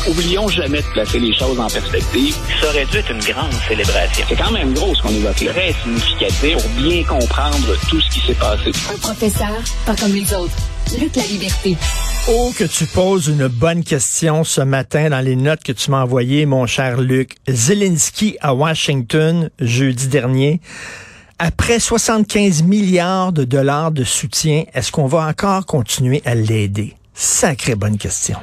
Oublions jamais de placer les choses en perspective. Ça aurait dû être une grande célébration. C'est quand même gros ce qu'on évoque là. Très significatif pour bien comprendre tout ce qui s'est passé. Un professeur, pas comme les autres. Luc La Liberté. Oh, que tu poses une bonne question ce matin dans les notes que tu m'as envoyées, mon cher Luc. Zelensky à Washington, jeudi dernier. Après 75 milliards de dollars de soutien, est-ce qu'on va encore continuer à l'aider? Sacrée bonne question.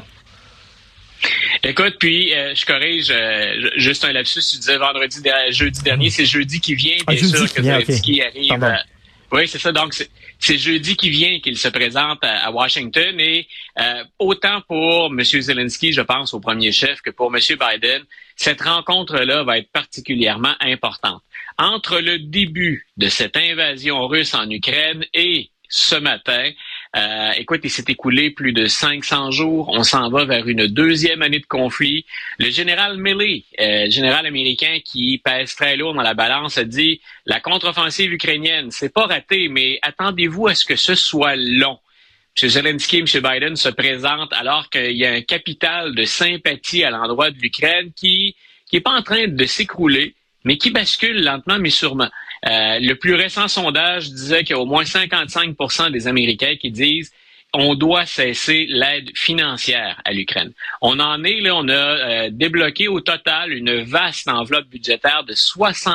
Écoute, puis je corrige juste un lapsus, tu disais jeudi dernier, c'est jeudi qui vient, bien sûr, que Zelensky arrive. Oui, c'est ça, donc c'est jeudi qui vient qu'il se présente à Washington et autant pour M. Zelensky, je pense, au premier chef, que pour M. Biden, cette rencontre-là va être particulièrement importante. Entre le début de cette invasion russe en Ukraine et ce matin, écoute, il s'est écoulé plus de 500 jours. On s'en va vers une deuxième année de conflit. Le général Milley, général américain qui pèse très lourd dans la balance, a dit « La contre-offensive ukrainienne, c'est pas raté, mais attendez-vous à ce que ce soit long. » M. Zelensky et M. Biden se présentent alors qu'il y a un capital de sympathie à l'endroit de l'Ukraine qui est pas en train de s'écrouler, mais qui bascule lentement mais sûrement. Le plus récent sondage disait qu'il y a au moins 55% des Américains qui disent on doit cesser l'aide financière à l'Ukraine. On en est là, on a débloqué au total une vaste enveloppe budgétaire de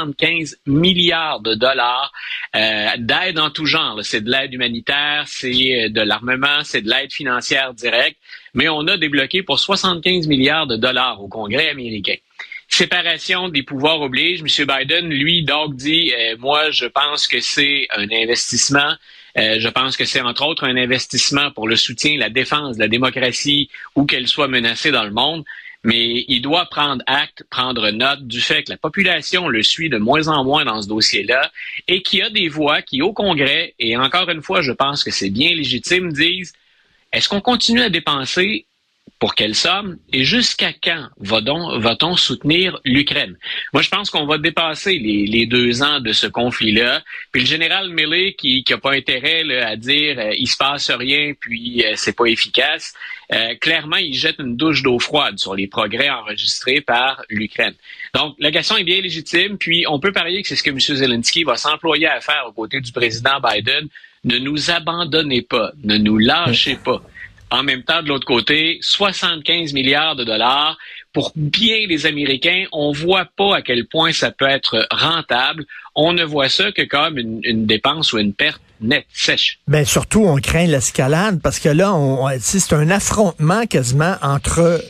75 milliards de dollars d'aide en tout genre. Là. C'est de l'aide humanitaire, c'est de l'armement, c'est de l'aide financière directe, mais on a débloqué pour 75 milliards de dollars au Congrès américain. Séparation des pouvoirs oblige. M. Biden, lui, donc, dit moi, je pense que c'est un investissement. Je pense que c'est, entre autres, un investissement pour le soutien, la défense de la démocratie, où qu'elle soit menacée dans le monde. Mais il doit prendre acte, prendre note du fait que la population le suit de moins en moins dans ce dossier-là et qu'il y a des voix qui, au Congrès, et encore une fois, je pense que c'est bien légitime, disent est-ce qu'on continue à dépenser pour quelle somme et jusqu'à quand va-t-on soutenir l'Ukraine? Moi, je pense qu'on va dépasser les 2 ans de ce conflit-là. Puis le général Milley, qui a pas intérêt là, à dire il se passe rien puis c'est pas efficace, clairement, il jette une douche d'eau froide sur les progrès enregistrés par l'Ukraine. Donc, la question est bien légitime, puis on peut parier que c'est ce que M. Zelensky va s'employer à faire aux côtés du président Biden. Ne nous abandonnez pas, ne nous lâchez pas. En même temps, de l'autre côté, 75 milliards de dollars. Pour bien des Américains, on voit pas à quel point ça peut être rentable. On ne voit ça que comme une dépense ou une perte nette, sèche. Ben surtout, on craint l'escalade parce que là, c'est un affrontement quasiment entre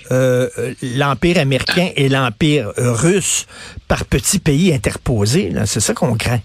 l'Empire américain et l'Empire russe par petits pays interposés. Là. C'est ça qu'on craint.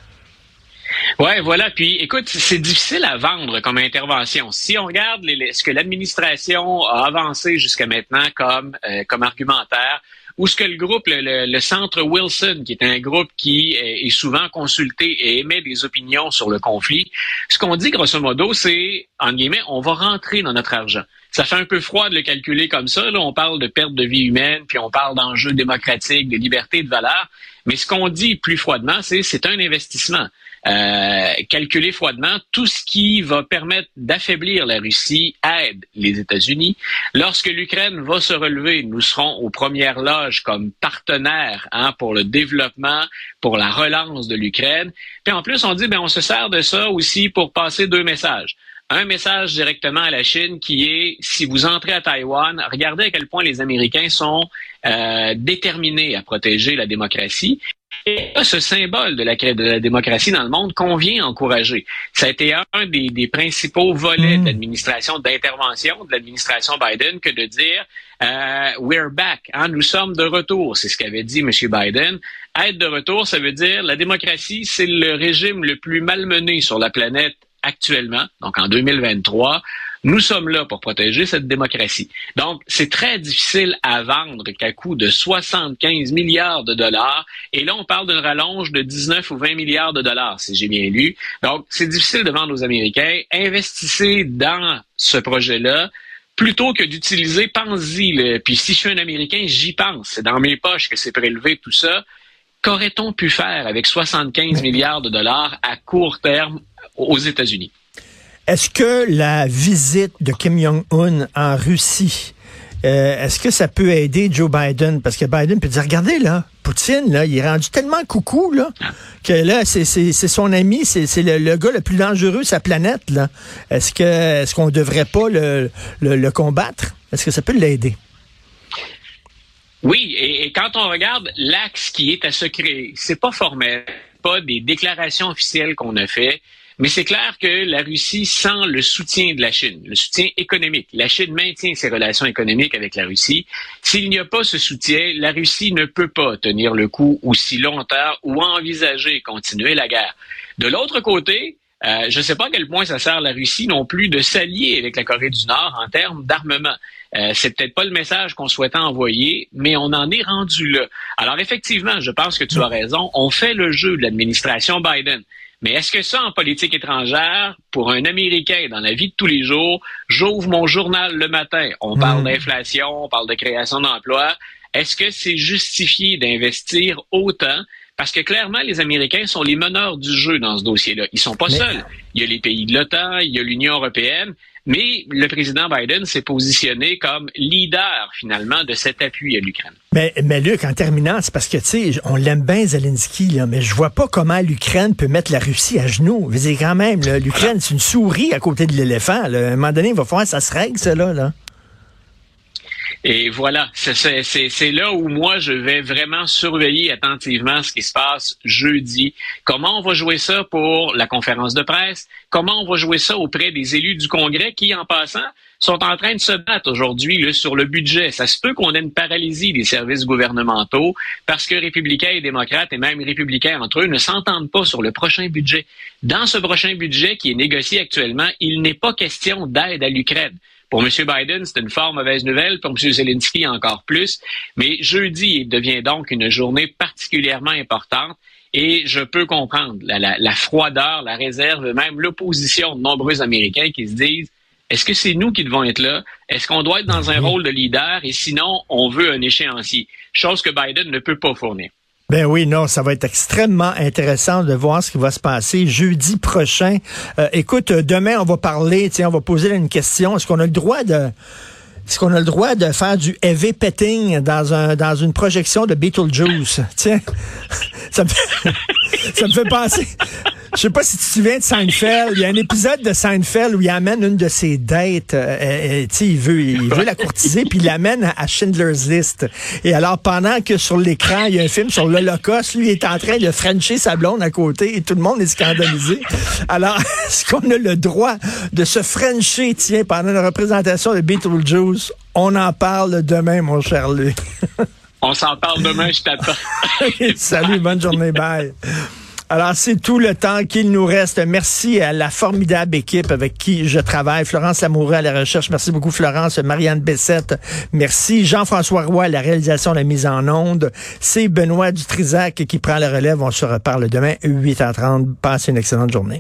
Ouais, voilà. Puis, écoute, c'est difficile à vendre comme intervention. Si on regarde ce que l'administration a avancé jusqu'à maintenant comme argumentaire, ou ce que le groupe, le Centre Wilson, qui est un groupe qui est souvent consulté et émet des opinions sur le conflit, ce qu'on dit grosso modo, c'est, en guillemets, on va rentrer dans notre argent. Ça fait un peu froid de le calculer comme ça. Là, on parle de perte de vie humaine, puis on parle d'enjeux démocratiques, de liberté, de valeurs. Mais ce qu'on dit plus froidement, c'est un investissement. Calculer froidement, tout ce qui va permettre d'affaiblir la Russie aide les États-Unis. Lorsque l'Ukraine va se relever, nous serons aux premières loges comme partenaires pour le développement, pour la relance de l'Ukraine. Puis en plus, on dit, on se sert de ça aussi pour passer 2 messages. Un message directement à la Chine qui est, si vous entrez à Taïwan, regardez à quel point les Américains sont déterminés à protéger la démocratie. Et ce symbole de la démocratie dans le monde qu'on vient encourager. Ça a été un des principaux volets de l'administration d'intervention, de l'administration Biden, que de dire we're back, nous sommes de retour. C'est ce qu'avait dit M. Biden. Être de retour, ça veut dire la démocratie, c'est le régime le plus malmené sur la planète actuellement, donc en 2023. Nous sommes là pour protéger cette démocratie. Donc, c'est très difficile à vendre qu'à coût de 75 milliards de dollars. Et là, on parle d'une rallonge de 19 ou 20 milliards de dollars, si j'ai bien lu. Donc, c'est difficile de vendre aux Américains. Investissez dans ce projet-là plutôt que d'utiliser, pense-y. Puis si je suis un Américain, j'y pense. C'est dans mes poches que c'est prélevé tout ça. Qu'aurait-on pu faire avec 75 milliards de dollars à court terme aux États-Unis? Est-ce que la visite de Kim Jong-un en Russie est-ce que ça peut aider Joe Biden? Parce que Biden peut dire, regardez là, Poutine, là, il est rendu tellement coucou, là, que là, c'est son ami, c'est le gars le plus dangereux de sa planète, là. Est-ce qu'on devrait pas le combattre? Est-ce que ça peut l'aider? Oui, et quand on regarde l'axe qui est à se créer, c'est pas formel, pas des déclarations officielles qu'on a fait, mais c'est clair que la Russie sent le soutien de la Chine, le soutien économique. La Chine maintient ses relations économiques avec la Russie. S'il n'y a pas ce soutien, la Russie ne peut pas tenir le coup aussi longtemps ou envisager continuer la guerre. De l'autre côté, je ne sais pas à quel point ça sert la Russie non plus de s'allier avec la Corée du Nord en termes d'armement. C'est peut-être pas le message qu'on souhaitait envoyer, mais on en est rendu là. Alors effectivement, je pense que tu as raison, on fait le jeu de l'administration Biden. Mais est-ce que ça, en politique étrangère, pour un Américain dans la vie de tous les jours, j'ouvre mon journal le matin, on parle d'inflation, on parle de création d'emplois, est-ce que c'est justifié d'investir autant? Parce que clairement, les Américains sont les meneurs du jeu dans ce dossier-là. Ils sont pas seuls. Il y a les pays de l'OTAN, il y a l'Union européenne, mais le président Biden s'est positionné comme leader, finalement, de cet appui à l'Ukraine. Mais Luc, en terminant, c'est parce que, tu sais, on l'aime bien, Zelensky, là, mais je vois pas comment l'Ukraine peut mettre la Russie à genoux. Je veux dire, quand même, l'Ukraine, c'est une souris à côté de l'éléphant. Là. À un moment donné, il va falloir que ça se règle, ça, là. Et voilà, c'est là où moi, je vais vraiment surveiller attentivement ce qui se passe jeudi. Comment on va jouer ça pour la conférence de presse? Comment on va jouer ça auprès des élus du Congrès qui, en passant, sont en train de se battre aujourd'hui là, sur le budget. Ça se peut qu'on ait une paralysie des services gouvernementaux parce que républicains et démocrates, et même républicains entre eux, ne s'entendent pas sur le prochain budget. Dans ce prochain budget qui est négocié actuellement, il n'est pas question d'aide à l'Ukraine. Pour M. Biden, c'est une fort mauvaise nouvelle. Pour M. Zelensky, encore plus. Mais jeudi devient donc une journée particulièrement importante. Et je peux comprendre la froideur, la réserve, même l'opposition de nombreux Américains qui se disent « Est-ce que c'est nous qui devons être là? Est-ce qu'on doit être dans un rôle de leader? Et sinon, on veut un échéancier. » Chose que Biden ne peut pas fournir. Ben oui, non, ça va être extrêmement intéressant de voir ce qui va se passer jeudi prochain. Écoute, demain, on va parler, on va poser une question. Est-ce qu'on a le droit de faire du heavy petting dans une projection de Beetlejuice? Tiens, ça me fait penser. Je sais pas si tu te souviens de Seinfeld. Il y a un épisode de Seinfeld où il amène une de ses dates. Il veut la courtiser, puis il l'amène à Schindler's List. Et alors, pendant que sur l'écran, il y a un film sur l'Holocauste, lui, il est en train de frencher sa blonde à côté et tout le monde est scandalisé. Alors, est-ce qu'on a le droit de se frencher, pendant une représentation de Beetlejuice? On en parle demain, mon cher Luc. On s'en parle demain, je t'attends. Salut, bonne journée, bye. Alors, c'est tout le temps qu'il nous reste. Merci à la formidable équipe avec qui je travaille. Florence Lamoureux à la recherche. Merci beaucoup, Florence. Marianne Bessette. Merci. Jean-François Roy à la réalisation, la mise en onde. C'est Benoît Dutrisac qui prend la relève. On se reparle demain, 8h30. Passez une excellente journée.